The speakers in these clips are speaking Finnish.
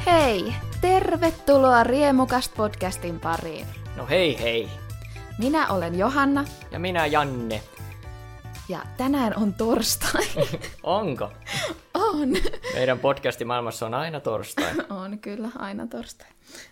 Hei! Tervetuloa Riemukast podcastin pariin. No hei! Minä olen Johanna. Ja minä Janne. Ja tänään on torstai. Onko? On. Meidän podcastimaailmassa on aina torstai. On kyllä, aina torstai.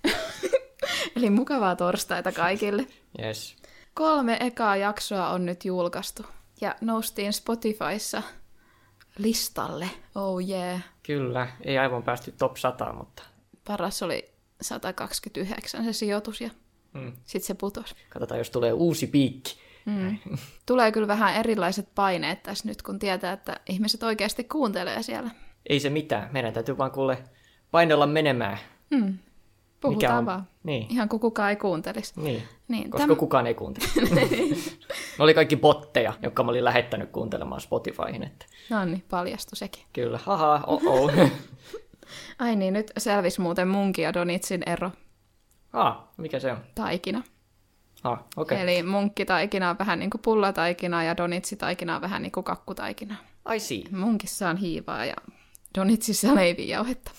Eli mukavaa torstaita kaikille. Yes. 3 ekaa jaksoa on nyt julkaistu. Ja noustiin Spotifyssa listalle. Oh yeah. Kyllä, ei aivan päästy top 100, mutta... Paras oli 129 se sijoitus ja sitten se putosi. Katsotaan, jos tulee uusi piikki. Tulee kyllä vähän erilaiset paineet tässä nyt, kun tietää, että ihmiset oikeasti kuuntelee siellä. Ei se mitään, meidän täytyy vaan kuule painella menemään. Puhutaan vaan. Niin. Ihan kuin kukaan ei kuuntelisi. Niin. Koska kukaan ei kuuntele. Ne oli kaikki botteja, jotka mä olin lähettänyt kuuntelemaan Spotifyhin. Että... No niin, paljastui sekin. Kyllä, haha, Ai niin, nyt selvisi muuten munkin ja donitsin ero. Mikä se on? Taikina. Okei. Eli munkkitaikina on vähän niin kuin pullataikinaa ja donitsitaikina on vähän niin kuin kakkutaikinaa. I see. Munkissa on hiivaa ja donitsissa leivijauhetta.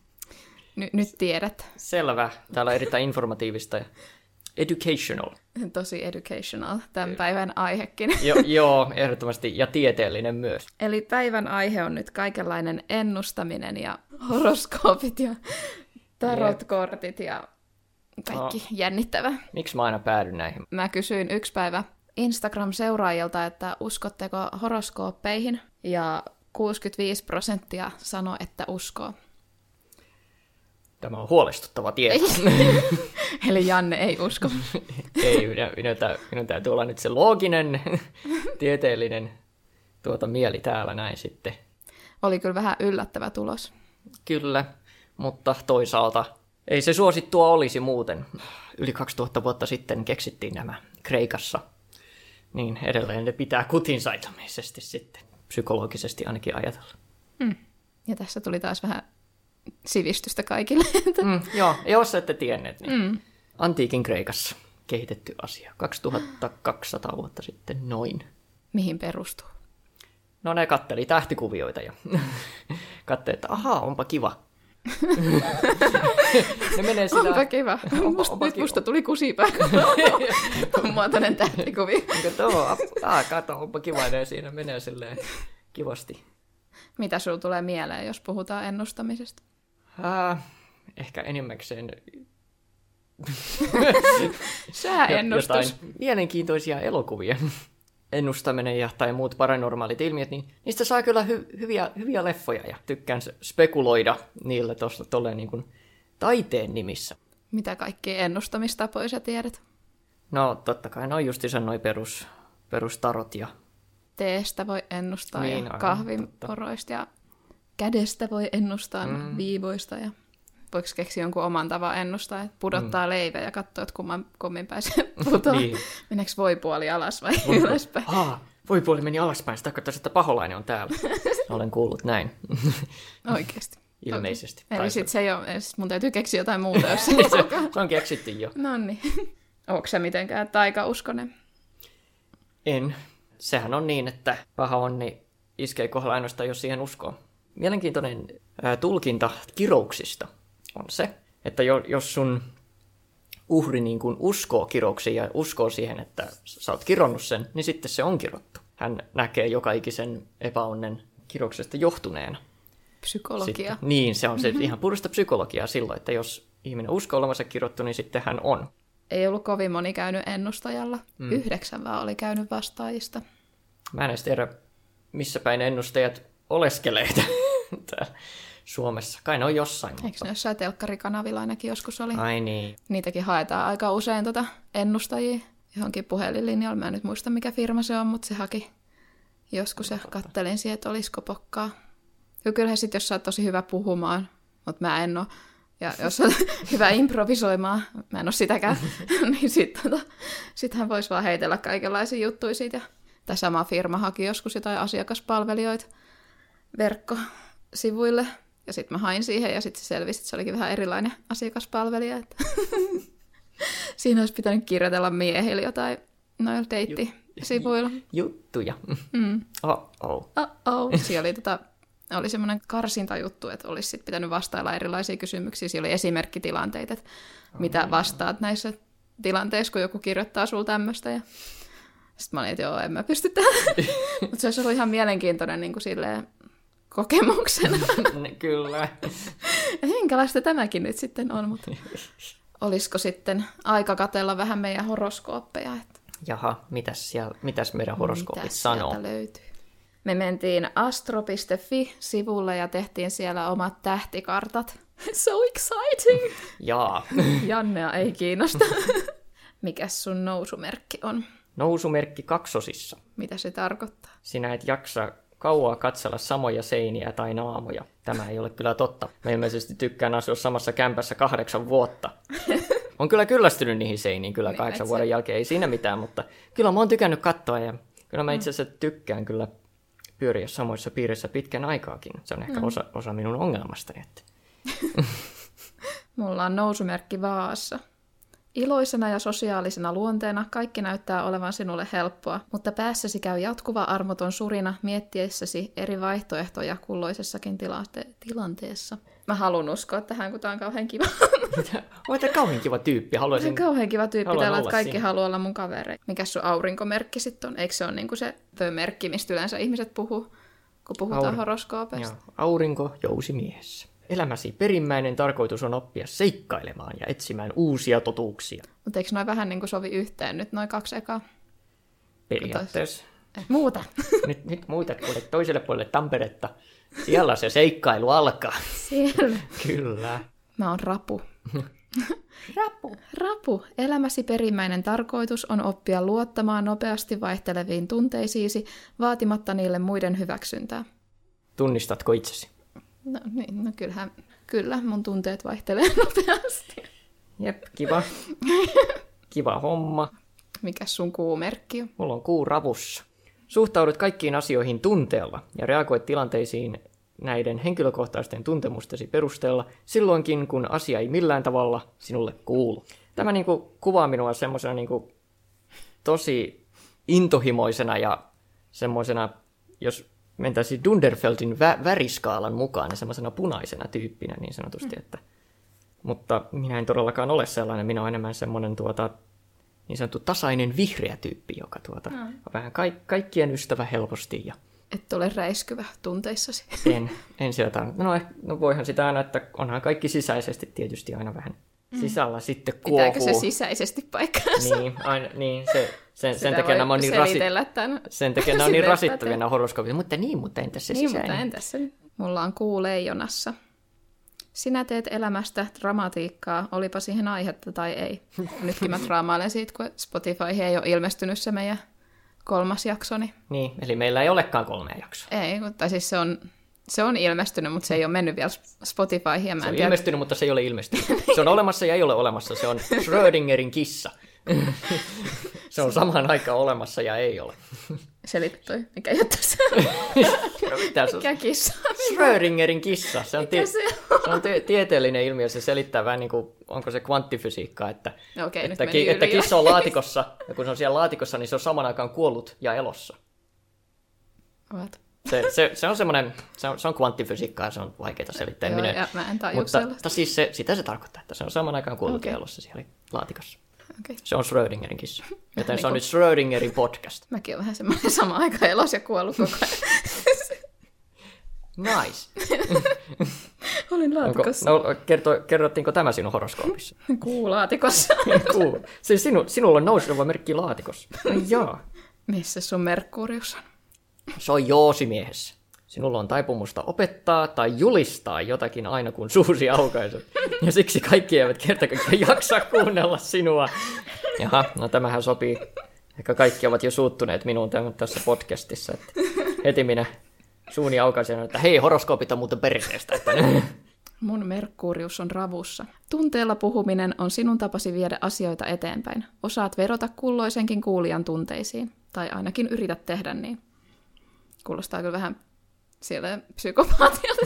Nyt tiedät. Selvä. Täällä on erittäin informatiivista ja educational. Tosi educational, tämän päivän aihekin. Joo, ehdottomasti. Ja tieteellinen myös. Eli päivän aihe on nyt kaikenlainen ennustaminen ja horoskoopit ja tarotkortit ja kaikki jännittävä. Miksi mä aina päädyn näihin? Mä kysyin yksi päivä Instagram-seuraajilta, että uskotteko horoskooppeihin? Ja 65% sanoi, että uskoo. Tämä on huolestuttava tieto. Eli Janne ei usko. Ei, minun täytyy olla nyt se looginen, tieteellinen mieli täällä näin sitten. Oli kyllä vähän yllättävä tulos. Kyllä, mutta toisaalta ei se suosittua olisi muuten. Yli 2000 vuotta sitten keksittiin nämä Kreikassa. Niin edelleen ne pitää kutinsa ilmeisesti sitten, psykologisesti ainakin ajatella. Ja tässä tuli taas vähän sivistystä kaikille. Joo, jos ette tienneet, niin antiikin Kreikassa kehitetty asia. 2200 vuotta sitten noin. Mihin perustuu? No ne katteli tähtikuvioita ja katseli, että ahaa, onpa kiva. Ne menee sillä... Onpa kiva. Musta tuli kusipää. Muotoinen tähtikuvi. Kato, onpa kiva. Ja siinä menee silleen kivasti. Mitä sinulla tulee mieleen, jos puhutaan ennustamisesta? Ehkä enimmäkseen... Sääennustus. Jotain mielenkiintoisia elokuvia. Ennustaminen tai muut paranormaalit ilmiöt, niin niistä saa kyllä hyviä leffoja ja tykkään spekuloida niillä tolleen niin kuin taiteen nimissä. Mitä kaikkia ennustamistapoja sä tiedät? No totta kai, no justiinsa noi perustarot ja... Teestä voi ennustaa niin, ja kahvinporoista ja kädestä voi ennustaa viivoista ja... Voiko keksiä jonkun oman tavan ennustaa, että pudottaa leivän ja katsoo, että kummin pääsee putoa. Niin. Meneekö voipuoli alas vai ylöspäin? Voipuoli meni alaspäin, sitä tarkoittaa, että paholainen on täällä. Olen kuullut näin. Oikeasti? Ilmeisesti. Okay. Eli sitten se ei ole, mun täytyy keksiä jotain muuta, jos se on keksitty jo. Noniin. Onko se mitenkään taikauskonen? En. Sehän on niin, että paha onni iskee kohdalla ainoastaan, jos siihen uskoo. Mielenkiintoinen tulkinta kirouksista on se, että jos sun uhri niin kuin uskoo kirouksiin ja uskoo siihen, että sä oot kironnut sen, niin sitten se on kirottu. Hän näkee joka ikisen epäonnen kirouksesta johtuneena. Psykologia. Sitten, niin, se on se ihan puhdasta psykologiaa silloin, että jos ihminen uskoo olevansa kirottu, niin sitten hän on. Ei ollut kovin moni käynyt ennustajalla. 9 vaan oli käynyt vastaajista. Mä en edes tiedä, missä päin ennustajat oleskelee täällä Suomessa. Kai ne on jossain. Eikö ne jossain telkkarikanavilla ainakin joskus oli? Ai niin. Niitäkin haetaan aika usein ennustajia johonkin puhelinlinjalla. Mä en nyt muista, mikä firma se on, mutta se haki joskus ja kattelin siihen, että olisiko pokkaa. Ja kyllähän sitten, jos sä oot tosi hyvä puhumaan, mutta mä en ole. Ja jos olet hyvä improvisoimaan, mä en ole sitäkään, niin sitten hän voisi vaan heitellä kaikenlaisia juttuja siitä. Tai sama firma haki joskus jotain asiakaspalvelijoita verkkosivuille. Ja sitten mä hain siihen ja sitten se selvisi, että se olikin vähän erilainen asiakaspalvelija. Että siinä olisi pitänyt kirjoitella miehille jotain noilla deittisivuilla. Juttuja. Siellä oli oli semmoinen karsintajuttu, että olisi sit pitänyt vastailla erilaisia kysymyksiä. Siellä oli esimerkkitilanteita, että mitä vastaat näissä tilanteissa, kun joku kirjoittaa sulla tämmöistä. Ja sitten mä olin, että joo, en mä pysty tähän. Mutta se olisi ollut ihan mielenkiintoinen niin kuin silleen kokemuksena. Kyllä. Minkälaista tämäkin nyt sitten on, mutta olisiko sitten aika katsella vähän meidän horoskooppeja? Että Jaha, mitäs meidän horoskoopit sanoo? Sieltä löytyy? Me mentiin astro.fi-sivulle ja tehtiin siellä omat tähtikartat. So exciting! Jaa. Jannea ei kiinnosta. Mikäs sun nousumerkki on? Nousumerkki kaksosissa. Mitä se tarkoittaa? Sinä et jaksa kauaa katsella samoja seiniä tai naamoja. Tämä ei ole kyllä totta. Mä ilmeisesti tykkään asua samassa kämpässä 8 vuotta. On kyllä kyllästynyt niihin seiniin kyllä 8 vuoden jälkeen. Ei siinä mitään, mutta kyllä mä oon tykännyt katsoa ja kyllä mä itse asiassa tykkään kyllä pyöriä samoissa piirissä pitkän aikaakin. Se on ehkä osa minun ongelmastani. Että. Mulla on nousumerkki Vaassa. Iloisena ja sosiaalisena luonteena kaikki näyttää olevan sinulle helppoa, mutta päässäsi käy jatkuva armoton surina miettiessäsi eri vaihtoehtoja kulloisessakin tilanteessa. Mä haluan uskoa tähän, kun tää on kauhean kiva. Olet kauhean kiva tyyppi. Haluaisin. Kauhean kiva tyyppi täällä, että kaikki siinä. Haluaa olla mun kavereita. Mikäs sun aurinkomerkki sitten on? Eikö se ole niinku se merkki, mistä yleensä ihmiset puhuu, kun puhutaan horoskoopeista? Joo. Aurinko jousimiehessä. Elämäsi perimmäinen tarkoitus on oppia seikkailemaan ja etsimään uusia totuuksia. Mutta eikö noin vähän niin kuin sovi yhteen nyt noin 2 ekaa? Periaatteessa. Muuta. Nyt muuta kuule toiselle puolelle Tamperetta. Siellä se seikkailu alkaa. Siellä. Kyllä. Mä oon Rapu. Rapu. Elämäsi perimmäinen tarkoitus on oppia luottamaan nopeasti vaihteleviin tunteisiisi, vaatimatta niille muiden hyväksyntää. Tunnistatko itsesi? No niin, no kyllä mun tunteet vaihtelee nopeasti. Jep, kiva. Kiva homma. Mikäs sun kuumerkki on? Mulla on kuu ravussa. Suhtaudut kaikkiin asioihin tunteella ja reagoit tilanteisiin näiden henkilökohtaisten tuntemustesi perusteella silloinkin, kun asia ei millään tavalla sinulle kuulu. Tämä niinku kuvaa minua semmoisena niinku tosi intohimoisena ja semmoisena, jos mentäisiin Dunderfeltin väriskaalan mukaan, niin semmoisena punaisena tyyppinä niin sanotusti. Että. Mutta minä en todellakaan ole sellainen, minä olen enemmän semmoinen niin sanottu tasainen vihreä tyyppi, joka on vähän kaikkien ystävä helposti. Ja et ole räiskyvä tunteissasi. En sieltä. No voihan sitä aina, että onhan kaikki sisäisesti tietysti aina vähän sisällä sitten kuohuu. Pitääkö se sisäisesti paikkaansa? Niin, sen takia nämä on niin rasittavia nämä horoskoopit. Mutta entäs se sisäinen? Mutta entäs se? Mulla on kuu leijonassa. Sinä teet elämästä dramatiikkaa, olipa siihen aihetta tai ei. Nytkin mä draamailen siitä, kun Spotifyhin ei ole ilmestynyt se meidän 3. jaksoni. Niin, eli meillä ei olekaan 3 jaksoa. Ei, tai siis se on ilmestynyt, mutta se ei ole mennyt vielä Spotifyhin. Se on ilmestynyt, mutta se ei ole ilmestynyt. Se on olemassa ja ei ole olemassa. Se on Schrödingerin kissa. Se on samaan aikaan olemassa ja ei ole. Selitä toi, mikä juttu se on? Mikä kissa? Schrödingerin kissa. Se on tieteellinen ilmiö. Se selittää vähän niin kuin, onko se kvanttifysiikkaa, että kissa on laatikossa, ja kun se on siellä laatikossa, niin se on samaan aikaan kuollut ja elossa. What? Se on semmoinen, se on kvanttifysiikkaa ja se on vaikeaa selittää. Joo, ja mä en tajua sellaista. Mutta siis sitä se tarkoittaa, että se on samaan aikaan kuollut ja elossa siellä laatikossa. Okay. Se on Schrödingerin kissa. Joten se on nyt Schrödingerin podcast. Mäkin olen vähän semmoinen samaan aikaan elos ja kuollut koko ajan. Nice. Olin laatikossa. Kerrottiinko tämä sinun horoskoopissa? Kuulaatikossa. Siis sinulla on nouseva merkki laatikossa. Jaa. Missä sun Merkurius on? Se on joosimiehessä. Sinulla on taipumusta opettaa tai julistaa jotakin aina kun suusi aukaisut. Ja siksi kaikki eivät kertakaikkiaan jaksa kuunnella sinua. Jaha, no tämähän sopii. Ehkä kaikki ovat jo suuttuneet minuun tässä podcastissa. Että heti minä suuni aukaisin, että hei, horoskoopit on muuten perseestä. Mun Merkurius on ravussa. Tunteella puhuminen on sinun tapasi viedä asioita eteenpäin. Osaat vedota kulloisenkin kuulijan tunteisiin. Tai ainakin yrität tehdä niin. Kuulostaa kyllä vähän siellä psykopaatialle.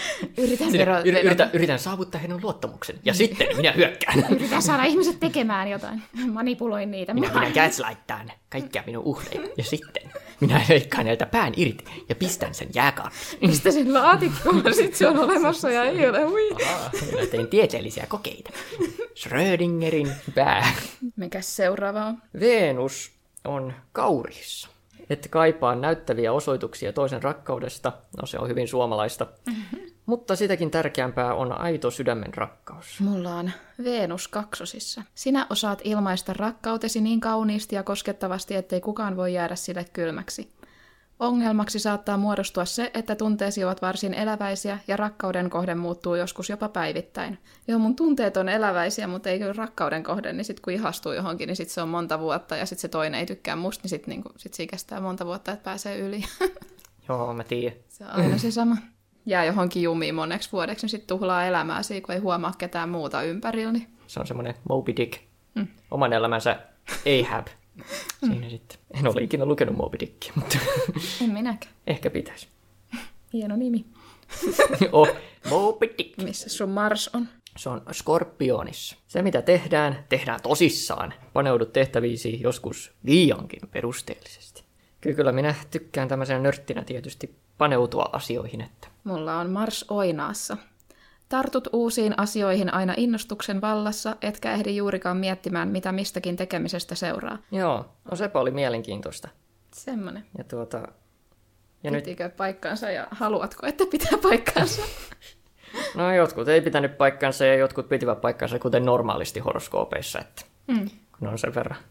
Yritän saavuttaa heidän luottamuksen. Ja sitten minä hyökkään. Yritän saada ihmiset tekemään jotain. Manipuloin niitä. Minä gaslightaan kaikkia minun uhreja. Ja sitten Minä leikkaan näiltä pään irti ja pistän sen jääkaappiin. Mistä sen laatikkoon? Sitten se on olemassa ja ei ole. Hui. Minä tein tieteellisiä kokeita. Schrödingerin pää. Mikäs seuraava on? Venus on Kaurissa. Et kaipaa näyttäviä osoituksia toisen rakkaudesta. No se on hyvin suomalaista. Mutta sitäkin tärkeämpää on aito sydämen rakkaus. Mulla on Venus kaksosissa. Sinä osaat ilmaista rakkautesi niin kauniisti ja koskettavasti, ettei kukaan voi jäädä sille kylmäksi. Ongelmaksi saattaa muodostua se, että tunteesi ovat varsin eläväisiä ja rakkauden kohde muuttuu joskus jopa päivittäin. Joo, mun tunteet on eläväisiä, mutta ei kyllä rakkauden kohde, niin sit kun ihastuu johonkin, niin sit se on monta vuotta ja sit se toinen ei tykkää musta, niin sit siinä kestää monta vuotta, että pääsee yli. Joo, mä tiedän. Se on aina se sama. Jää johonkin jumiin moneksi vuodeksi, niin sit tuhlaa elämää siinä, kun ei huomaa ketään muuta ympärillä. Niin... Se on semmoinen Moby Dick. Oman elämänsä Ahab. Siinä sitten. En ole ikinä lukenut Moby Dickia, mutta... En minäkään. Ehkä pitäisi. Hieno nimi. Moby Dick. Missä sun Mars on? Se on Skorpionissa. Se mitä tehdään, tehdään tosissaan. Paneudut tehtäviisi joskus liiankin perusteellisesti. Kyllä minä tykkään tämmöisenä nörttinä tietysti paneutua asioihin, että... Mulla on Mars Oinaassa. Tartut uusiin asioihin aina innostuksen vallassa, etkä ehdi juurikaan miettimään, mitä mistäkin tekemisestä seuraa. Joo, no sepä oli mielenkiintoista. Semmoinen. Ja pitikö paikkaansa ja haluatko, että pitää paikkaansa? No jotkut ei pitänyt paikkaansa ja jotkut pitivät paikkaansa, kuten normaalisti horoskoopeissa, että kun on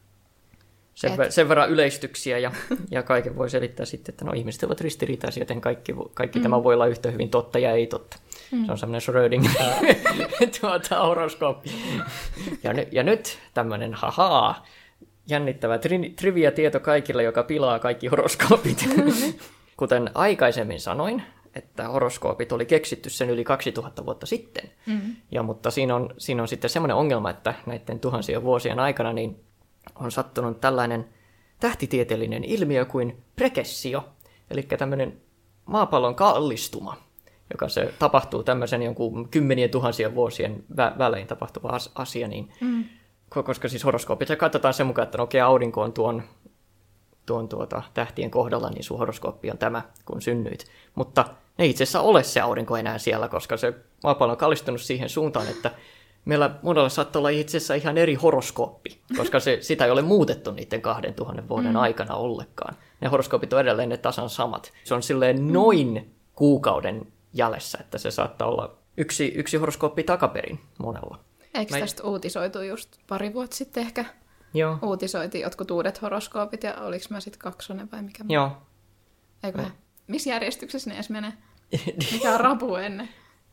sen verran yleistyksiä ja kaiken voi selittää sitten, että no ihmiset ovat ristiriitaisia, joten kaikki tämä voi olla yhtä hyvin totta ja ei totta. Se on semmoinen Schrödinger horoskooppi. Ja nyt tämmöinen jännittävä trivia-tieto kaikille, joka pilaa kaikki horoskoopit. Kuten aikaisemmin sanoin, että horoskoopit oli keksitty sen yli 2000 vuotta sitten. Mutta siinä on sitten semmoinen ongelma, että näiden tuhansien vuosien aikana niin on sattunut tällainen tähtitieteellinen ilmiö kuin prekessio, eli tämmöinen maapallon kallistuma, joka se tapahtuu tämmöisen jonkun kymmenien tuhansien vuosien välein tapahtuva asia, niin, koska siis horoskoopissa katsotaan sen mukaan, että no, okei, aurinko on tuon tähtien kohdalla, niin sun horoskooppi on tämä, kun synnyit. Mutta ei itse asiassa ole se aurinko enää siellä, koska se maapallo on kallistunut siihen suuntaan, että meillä monella saattaa olla itse asiassa ihan eri horoskooppi, koska sitä ei ole muutettu niiden 2000 vuoden aikana ollenkaan. Ne horoskoopit on edelleen ne tasan samat. Se on silleen noin kuukauden jäljessä, että se saattaa olla yksi horoskooppi takaperin monella. Eikö tästä uutisoitu just pari vuotta sitten ehkä? Joo. Uutisoitiin jotkut uudet horoskoopit ja oliks mä sitten kaksonen vai mikä? Joo. Eikö missä järjestyksessä ne edes menee? Mikä on rapu ennen?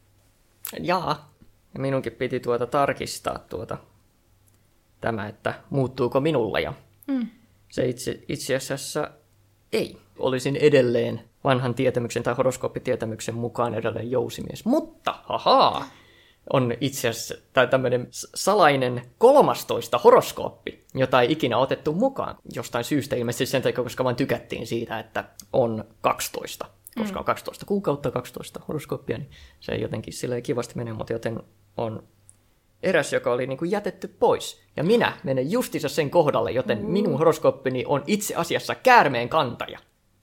Jaa. Ja minunkin piti tarkistaa tämä, että muuttuuko minulla. Ja se itse asiassa ei. Olisin edelleen vanhan tietämyksen tai horoskooppitietämyksen mukaan edelleen jousimies. Mutta, on itse asiassa tämmöinen salainen 13 horoskooppi, jota ei ikinä otettu mukaan jostain syystä. Ilmeisesti sen takia, koska vaan tykättiin siitä, että on 12. Koska on 12 kuukautta, 12 horoskooppia, niin se ei jotenkin silleen kivasti mene, mutta joten on eräs, joka oli niin kuin jätetty pois. Ja minä menen justiinsa sen kohdalle, joten minun horoskooppini on itse asiassa käärmeen kantaja.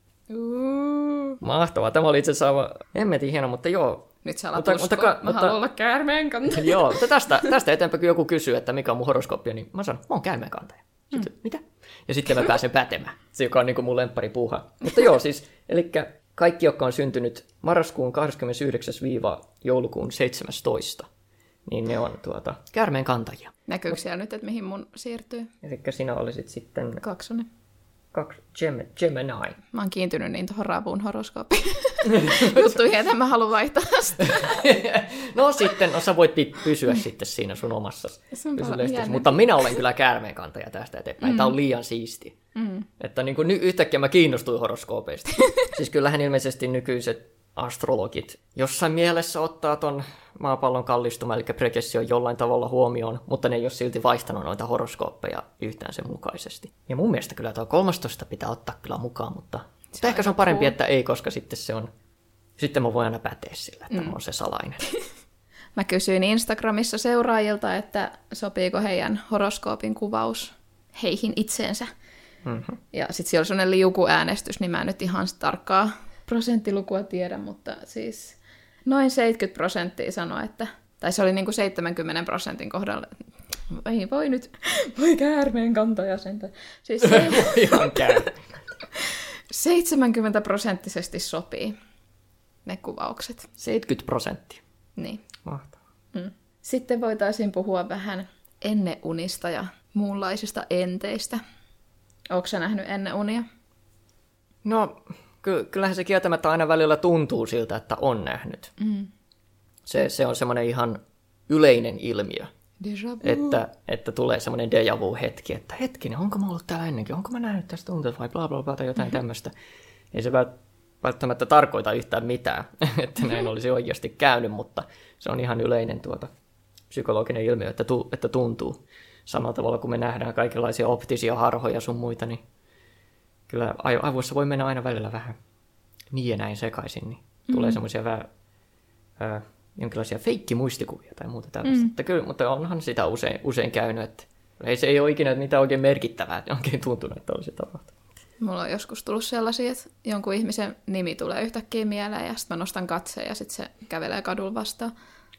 Mahtavaa. Tämä oli itse asiassa hemmetin hieno, mutta joo. Nyt sä alat uskoa. Mä haluan olla käärmeen kantaja. Joo, mutta tästä eteenpäin, kun joku kysyy, että mikä on mun horoskooppi, niin mä sanon, mä oon käärmeen kantaja. Sitten, mitä? Ja sitten mä pääsen pätemään. Se, joka on niin kuin mun lemppari puuha. Mutta joo, siis, eli kaikki, jotka on syntynyt marraskuun 29-joulukuun 17, niin ne on käärmeen kantajia. Näkyykö siellä nyt, että mihin mun siirtyy? Eli sinä olisit sitten... Kaksonen. Gemini. Mä oon kiintynyt niin tuohon raapuun horoskooppiin. Juttuihin, että mä haluan vaihtaa sitä. No sitten, sä voit pysyä sitten siinä sun omassa pysyleistössä. Mutta minä olen kyllä käärmeen kantaja tästä eteenpäin. Tämä on liian siisti. Että niin kuin yhtäkkiä mä kiinnostuin horoskoopeista. Siis kyllähän ilmeisesti nykyiset astrologit jossain mielessä ottaa ton maapallon kallistuma, eli prekessio jollain tavalla huomioon, mutta ne ei ole silti vaihtanut noita horoskooppeja yhtään sen mukaisesti. Ja mun mielestä kyllä tuo 13 pitää ottaa kyllä mukaan, mutta ehkä se on parempi, että ei, koska sitten mä voin aina päteä sillä, että on se salainen. Mä kysyin Instagramissa seuraajilta, että sopiiko heidän horoskoopin kuvaus heihin itseensä. Mm-hmm. Ja sitten siellä oli sellainen liukuäänestys, niin mä en nyt ihan tarkkaa prosenttilukua tiedä, mutta siis noin 70% sanoi, että, tai se oli niin kuin 70% kohdalla, ei voi nyt, voi käärmeen kantaja sentään. Siis Ihan käy. 70% sopii ne kuvaukset. 70%. Niin. Mahtavaa. Sitten voitaisiin puhua vähän enneunista ja muunlaisista enteistä. Ootko sä nähnyt enneunia? No, kyllähän se kieltämättä aina välillä tuntuu siltä, että on nähnyt. Se on semmoinen ihan yleinen ilmiö. Déjà vu. Että tulee semmoinen déjà vu-hetki, että hetkinen, onko mä ollut täällä ennenkin, onko mä nähnyt tästä tunteesta vai bla bla bla tai jotain tämmöistä. Ei se välttämättä tarkoita yhtään mitään, että näin olisi oikeasti käynyt, mutta se on ihan yleinen psykologinen ilmiö, että tuntuu. Samalla tavalla kuin me nähdään kaikenlaisia optisia harhoja sun muita, niin kyllä aivoissa voi mennä aina välillä vähän niin ja näin sekaisin, niin tulee semmoisia vähän jonkinlaisia feikkimuistikuvia tai muuta tällaista. Kyllä, mutta onhan sitä usein käynyt, että se ei ole ikinä mitään oikein merkittävää, että oikein tuntunut, että olisi tapahtunut. Mulla on joskus tullut sellaisia, että jonkun ihmisen nimi tulee yhtäkkiä mieleen ja sitten mä nostan katseen ja sitten se kävelee kadulla vastaan.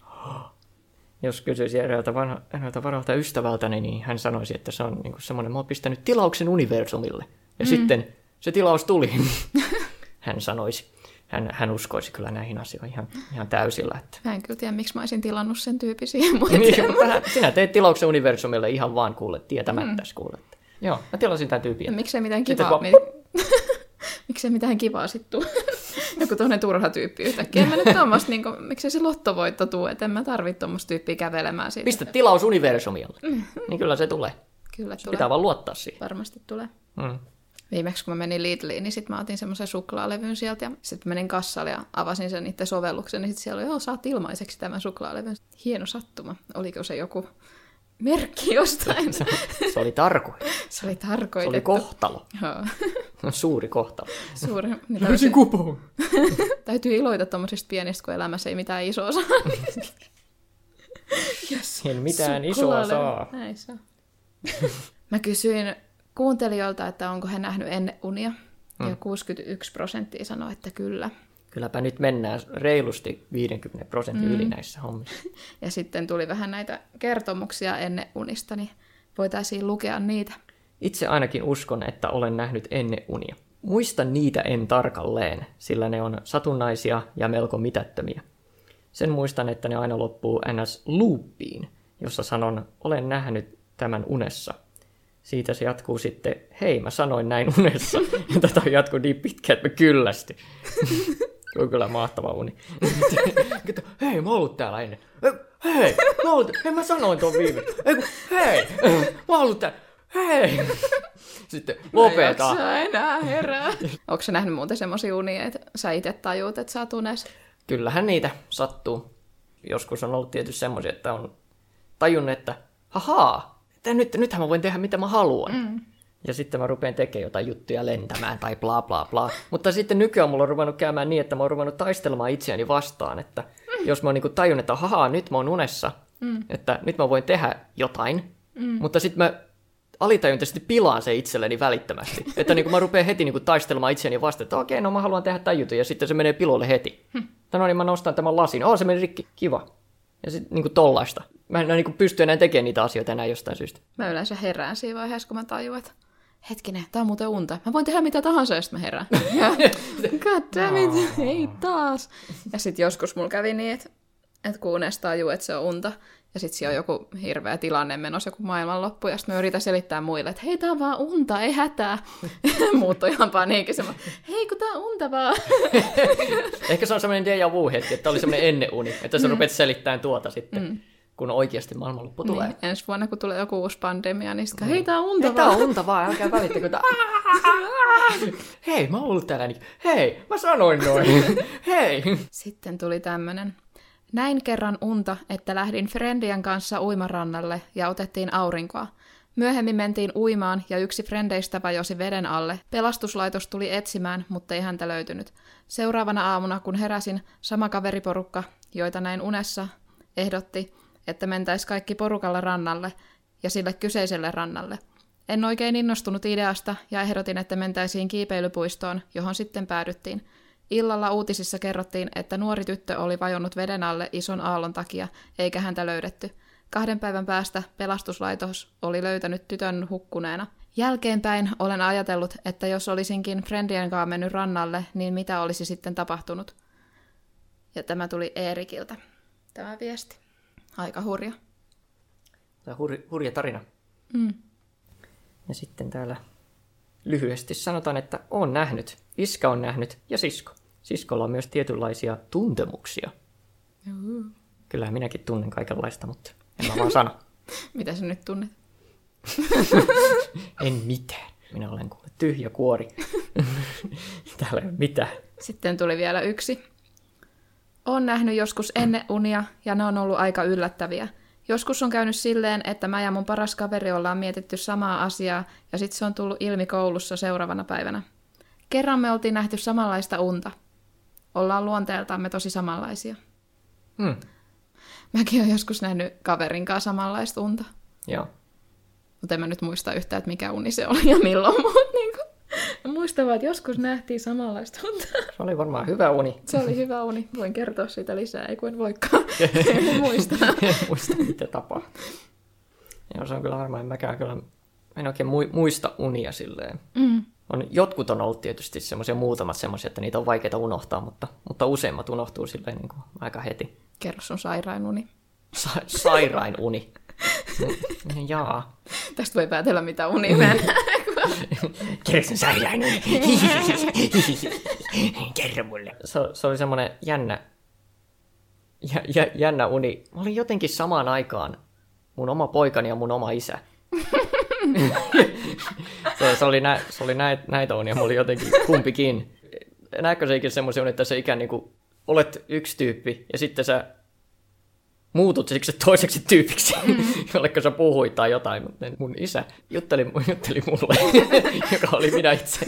Jos kysyisi eräältä vanhalta ystävältäni, niin hän sanoisi, että se on niin semmoinen, mä oon pistänyt tilauksen universumille. Ja sitten se tilaus tuli, hän sanoisi. Hän uskoisi kyllä näihin asioihin ihan täysillä. Että... Mä en kyllä tiedä, miksi mä olisin tilannut sen tyyppisiä muita. Sinä teet tilauksen universumille ihan vaan kuule, tietämättäsi kuule. Joo, mä tilasin tämän tyypin. Miksei mitään kivaa? Miksei mitään kivaa sit tuu? Joku toinen turha tyyppi yhtäkkiä. En mä nyt tommoista, niin kuin, miksei se lottovoitto tuu, että en mä tarvitse tommoista tyyppiä kävelemään siitä. Pistä tilaus universumille. Niin kyllä se tulee. Kyllä tulee. Pitää vaan luottaa siihen. Varmasti tulee. Viimeksi kun mä menin Lidliin, niin sit mä otin semmoisen suklaalevyn sieltä ja sitten menin kassalle ja avasin sen itse sovelluksen, niin sit siellä oli, saat ilmaiseksi tämän suklaalevyn. Hieno sattuma. Oliko se joku merkki jostain? Se oli tarkoitettu. Se oli tarkoitettu. Se oli kohtalo. Joo. Suuri kohtalo. Suuri. Löysin kupoon. Täytyy iloita tommosista pienistä, kun elämässä ei mitään isoa saa. Yes. En mitään isoa saa. Näin saa. Mä kysyin kuuntelijoilta, että onko he nähnyt enneunia. Ja 61% sanoi, että kyllä. Kylläpä nyt mennään reilusti 50% yli näissä hommissa. Ja sitten tuli vähän näitä kertomuksia ennenunista, niin voitaisiin lukea niitä. Itse ainakin uskon, että olen nähnyt enneunia. Muistan niitä en tarkalleen, sillä ne on satunnaisia ja melko mitättömiä. Sen muistan, että ne aina loppuu ns-loopiin, jossa sanon, olen nähnyt tämän unessa. Siitä se jatkuu sitten, hei, mä sanoin näin unessa. Ja tätä jatkuu niin pitkään, että mä kyllästyn. Se on kyllä mahtava uni. Hei, mä oon ollut täällä ennen. Hei, mä sanoin tuon viime. Hei, mä oon ollut täällä. Hei. Sitten lopeta. Mä enää herää. Onko sä nähnyt muuten semmosia unia, että sä itse tajuut, että sä oot unessa? Kyllähän niitä sattuu. Joskus on ollut tietysti semmoisia, että on tajunnut, että hahaa, nythän mä voin tehdä mitä mä haluan. Ja sitten mä rupean tekemään jotain juttuja lentämään tai bla bla bla. Mutta sitten nykyään mulla on ruvennut käymään niin, että mä oon ruvennut taistelemaan itseäni vastaan. Että jos mä oon niinku tajunnut, että hahaa, nyt mä oon unessa, että nyt mä voin tehdä jotain. Mutta sitten mä alitajuntaisesti pilaan se itselleni välittömästi. Että niinku mä rupean heti niinku taistelemaan itseäni vastaan, että okei, no mä haluan tehdä tämän jutun. Ja sitten se menee piloille heti. No niin, mä nostan tämän lasin. Se meni rikki. Kiva. Ja sitten niinku tollaista. Mä en niinku pysty enää tekemään niitä asioita enää jostain syystä. Mä yleensä herään siinä vaiheessa, kun mä tajuan, että hetkinen, tää on muuten unta. Mä voin tehdä mitä tahansa, jos mä herään. God damn it, ei taas. Ja sit joskus mulla kävi niin, että kun unesta tajuu, että se on unta. Ja sit siellä on joku hirveä tilanne menossa, joku maailmanloppu. Ja sit mä yritän selittää muille, että hei, tää on vaan unta, ei hätää. Muut on ihan paniikissa. Hei, kun tää on unta vaan. Ehkä se on semmoinen déjà vu-hetki, että oli semmoinen ennenuni. Että sä rupeat selittämään tuota sitten. Kun oikeasti maailmanloppu tulee. Niin, ensi vuonna, kun tulee joku uusi pandemia, niin sitten hei, tää on unta vaan. Tää on unta vaan, älkää välittäkö. Hei, mä oon ollut täällä. Hei, mä sanoin noin. Hei. Sitten tuli tämmönen. Näin kerran unta, että lähdin frendien kanssa uimarannalle ja otettiin aurinkoa. Myöhemmin mentiin uimaan ja yksi frendeistä vajosi veden alle. Pelastuslaitos tuli etsimään, mutta ei häntä löytynyt. Seuraavana aamuna, kun heräsin, sama kaveriporukka, joita näin unessa, ehdotti, että mentäis kaikki porukalla rannalle ja sille kyseiselle rannalle. En oikein innostunut ideasta ja ehdotin, että mentäisiin kiipeilypuistoon, johon sitten päädyttiin. Illalla uutisissa kerrottiin, että nuori tyttö oli vajonnut veden alle ison aallon takia, eikä häntä löydetty. 2 päivän päästä pelastuslaitos oli löytänyt tytön hukkuneena. Jälkeenpäin olen ajatellut, että jos olisinkin friendien kanssa mennyt rannalle, niin mitä olisi sitten tapahtunut? Ja tämä tuli Eerikiltä, tämä viesti. Aika hurja. Tämä hurja tarina. Ja sitten täällä lyhyesti sanotaan, että on nähnyt, iskä on nähnyt ja sisko. Siskolla on myös tietynlaisia tuntemuksia. Kyllähän minäkin tunnen kaikenlaista, mutta en mä vaan sano. Mitä sä nyt tunnet? En mitään. Minä olen kuule tyhjä kuori. Täällä ei ole mitään. Sitten tuli vielä yksi. Olen nähnyt joskus ennen unia ja ne on ollut aika yllättäviä. Joskus on käynyt silleen, että mä ja mun paras kaveri ollaan mietitty samaa asiaa ja sit se on tullut ilmi koulussa seuraavana päivänä. Kerran me oltiin nähty samanlaista unta. Ollaan luonteeltamme tosi samanlaisia. Mäkin olen joskus nähnyt kaverin kanssa samanlaista unta. Joo. Mutta en mä nyt muista yhtään, että mikä uni se oli ja milloin muut. Mä muistan vaan, että joskus nähtiin samanlaista unta. Se oli varmaan hyvä uni. Se oli hyvä uni. Voin kertoa siitä lisää, ei kun en voikaan. En muista. En muista, mitä tapahtui. Joo, se on kyllä varmaan, en oikein muista unia silleen. Jotkut on ollut tietysti semmoisia, muutamat semmoisia, että niitä on vaikeaa unohtaa, mutta useimmat unohtuu silleen niin kuin aika heti. Kerro sun sairain uni. Sairain uni. Jaa. Tästä voi päätellä, mitä uni mennään. Kerro sun sairain uni. Kerro mulle. Se oli semmoinen jännä uni. Mä olin jotenkin samaan aikaan mun oma poikani ja mun oma isä. se oli näitä unia, mulla oli jotenkin kumpikin. Näetkö se ikinä semmoisia unia, että sä ikään niin kuin olet yksi tyyppi ja sitten sä muutut siksi toiseksi tyypiksi, jollekka sä puhuit tai jotain. Mutta mun isä jutteli mulle, joka oli minä itse.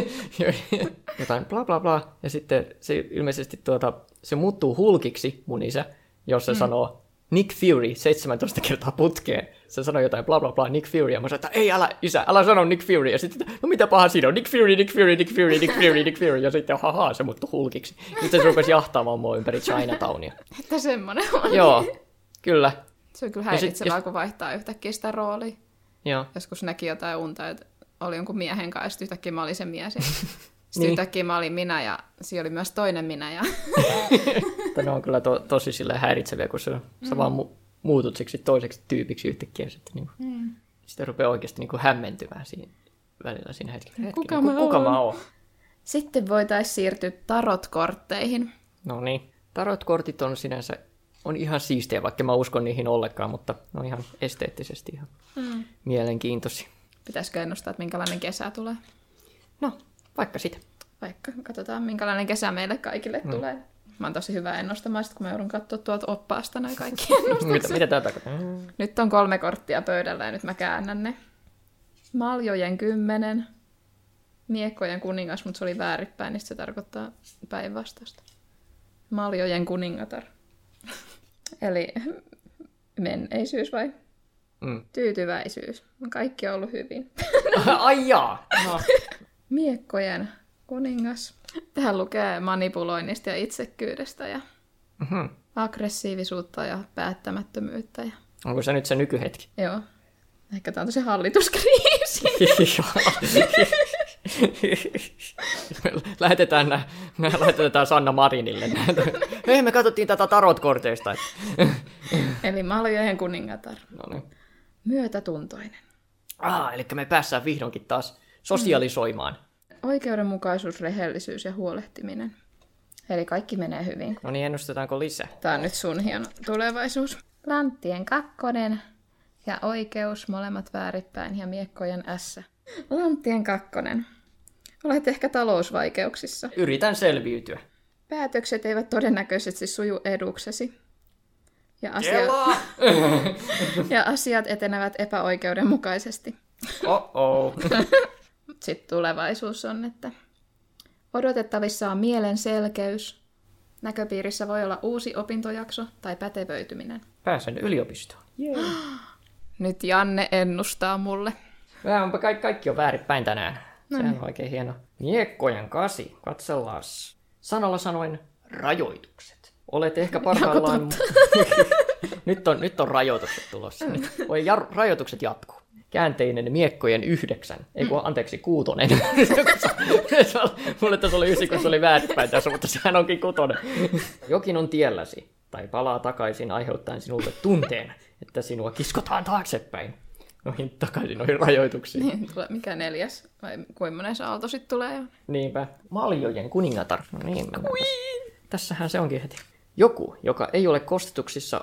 Jotain bla bla bla. Ja sitten se ilmeisesti se muuttuu Hulkiksi, mun isä, jos se sanoo Nick Fury 17 kertaa putkeen. Se sanoi jotain bla bla bla Nick Fury. Ja mä sanoin, että ei älä sano Nick Fury. Ja sitten, no mitä paha siinä on? Nick Fury, Nick Fury, Nick Fury, Nick Fury, Nick Fury. Ja sitten se muuttui Hulkiksi. Sitten se rupesi jahtaamaan mua ympäri Chinatownia. Että semmoinen on. Joo, kyllä. Se on kyllä häiritsevää, kun vaihtaa yhtäkkiä sitä roolia. Joo. Joskus näki jotain unta, että oli jonkun miehen kanssa, ja sitten yhtäkkiä mä olin se mies. Sitten Niin. yhtäkkiä mä olin minä, ja siinä oli myös toinen minä. Ja Ne on kyllä tosi silleen häiritseviä, kun sä vaan muutut siksi toiseksi tyypiksi yhtäkkiä. Sitten rupeaa oikeasti hämmentymään siinä välillä siinä hetkellä. Kuka mä oon? Sitten voitaisiin siirtyä tarotkortteihin. No niin. Tarotkortit on sinänsä ihan siistejä, vaikka mä uskon niihin ollenkaan, mutta ne on ihan esteettisesti ihan mielenkiintoisia. Pitäisikö ennustaa, että minkälainen kesä tulee? No, vaikka sitä. Vaikka katsotaan, minkälainen kesä meille kaikille tulee. Mä oon tosi hyvä ennustamaan, kun mä joudun katsoa tuolta oppaasta noin kaikki ennustukset. Mitä tää tarkoittaa? Nyt on 3 korttia pöydällä ja nyt mä käännän ne. Maljojen 10, miekkojen kuningas, mutta se oli väärinpäin, niin se tarkoittaa päinvastaista. Maljojen kuningatar. Eli menneisyys vai? Tyytyväisyys. Kaikki on ollut hyvin. Ai jaa! No. Miekkojen kuningas. Tähän lukee manipuloinnista ja itsekkyydestä ja aggressiivisuutta ja päättämättömyyttä. Ja... Onko se nyt se nykyhetki? Joo. Ehkä tämä on tosi hallituskriisi. Lähetetään Sanna Marinille. Hei, me katsottiin tätä tarotkorteista. Eli maljojen kuningatar. No niin. Myötätuntoinen. Eli me päästään vihdoinkin taas sosialisoimaan. Oikeudenmukaisuus, rehellisyys ja huolehtiminen. Eli kaikki menee hyvin. No niin, ennustetaanko lisää? Tämä on nyt sun hieno tulevaisuus. Lanttien 2 ja oikeus, molemmat väärinpäin ja miekkojen S. Lanttien 2. Olet ehkä talousvaikeuksissa. Yritän selviytyä. Päätökset eivät todennäköisesti suju eduksesi. Ja asiat etenevät epäoikeudenmukaisesti. Sitten tulevaisuus on, että odotettavissa on mielen selkeys. Näköpiirissä voi olla uusi opintojakso tai pätevöityminen. Pääsen yliopistoon. Yeah. Nyt Janne ennustaa mulle. Vähän kaikki on väärinpäin tänään. Sehän on oikein hieno. Miekkojen 8. Katsellaan. Sanalla sanoen rajoitukset. Olet ehkä parhaillaan... nyt on rajoitukset tulossa. Rajoitukset jatkuu. Käänteinen miekkojen 9. Anteeksi, 6. Mulle tässä oli 9, kun se oli väärinpäin tässä, mutta sehän onkin 6. Jokin on tielläsi, tai palaa takaisin aiheuttaen sinulle tunteen, että sinua kiskotaan taaksepäin. Noihin rajoituksiin. Niin, mikä 4? Vai kuinka monen se aalto sitten tulee? Niinpä. Maljojen kuningatar. No niin, tässähän se onkin heti. Joku, joka ei ole kosketuksissa...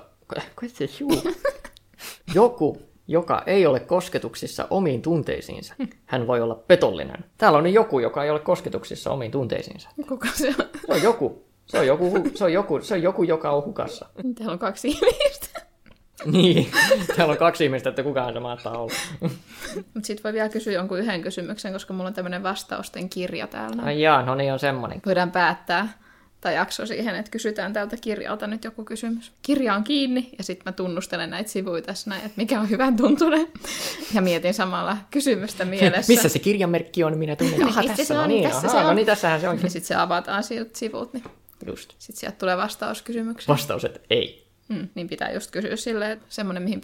Joku, joka ei ole kosketuksissa omiin tunteisiinsa. Hän voi olla petollinen. Täällä on joku, joka ei ole kosketuksissa omiin tunteisiinsa. Kuka se on? Se on joku. Se on joku, joka on hukassa. Täällä on 2 ihmistä. Niin, täällä on 2 ihmistä, että kukaan se mahtaa olla. Mutta sitten voi vielä kysyä jonkun yhden kysymyksen, koska mulla on tämmöinen vastausten kirja täällä. Ai jaa, no niin on semmoinen. Voidaan päättää tai jakso siihen, että kysytään tältä kirjalta nyt joku kysymys. Kirja on kiinni ja sitten mä tunnustelen näitä sivuja tässä näin, että mikä on hyvän tuntunen. Ja mietin samalla kysymystä mielessä. Missä se kirjamerkki on, minä tunnen. Aha, tässä se on, niin, tässä se on. No niin, tässähän se on. Ja sitten se avataan siltä sivut, niin Just. sitten sieltä tulee vastauskysymyksiä. Vastaukset ei. Niin pitää just kysyä silleen, että semmoinen, mihin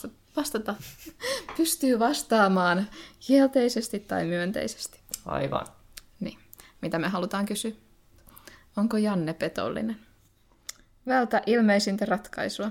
pystyy vastaamaan kielteisesti tai myönteisesti. Aivan. Niin. Mitä me halutaan kysyä? Onko Janne petollinen? Vältä ilmeisintä ratkaisua.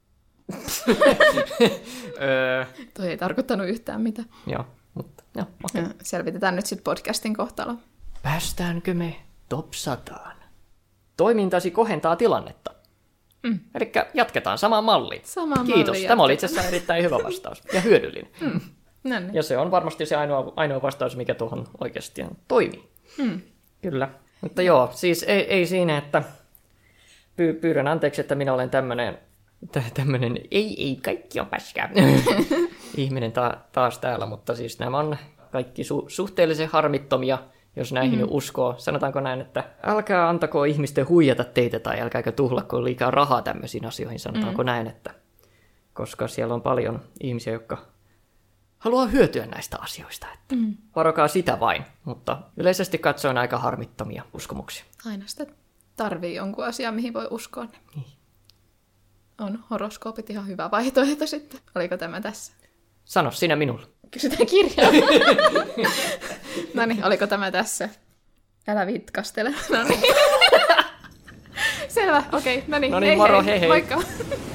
Toi ei tarkoittanut yhtään mitään. Joo, mutta okei. Selvitetään nyt sitten podcastin kohtalo. Päästäänkö me top 100? Toimintasi kohentaa tilannetta. Eli jatketaan samaan malliin. Kiitos. Tämä oli itse asiassa erittäin hyvä vastaus ja hyödyllinen. No niin. Ja se on varmasti se ainoa vastaus, mikä tuohon oikeasti toimii. Kyllä. Mutta joo, siis ei siinä, että pyydän anteeksi, että minä olen tämmöinen ei, kaikki on päskää. Ihminen taas täällä, mutta siis nämä on kaikki suhteellisen harmittomia, jos näihin uskoo. Sanotaanko näin, että älkää antako ihmisten huijata teitä tai älkääkö tuhlako liikaa rahaa tämmöisiin asioihin, sanotaanko näin, että koska siellä on paljon ihmisiä, jotka haluaa hyötyä näistä asioista. Että varokaa sitä vain, mutta yleisesti katsoen aika harmittomia uskomuksia. Aina sitä tarvii jonkun asian, mihin voi uskoa. Niin. On horoskoopit ihan hyvä vaihtoehto sitten. Oliko tämä tässä? Sano sinä minulle. Kysytään kirjaa. No niin, oliko tämä tässä? Älä vitkastele. No niin. Selvä, okei. No niin, moro, hei. Moikka.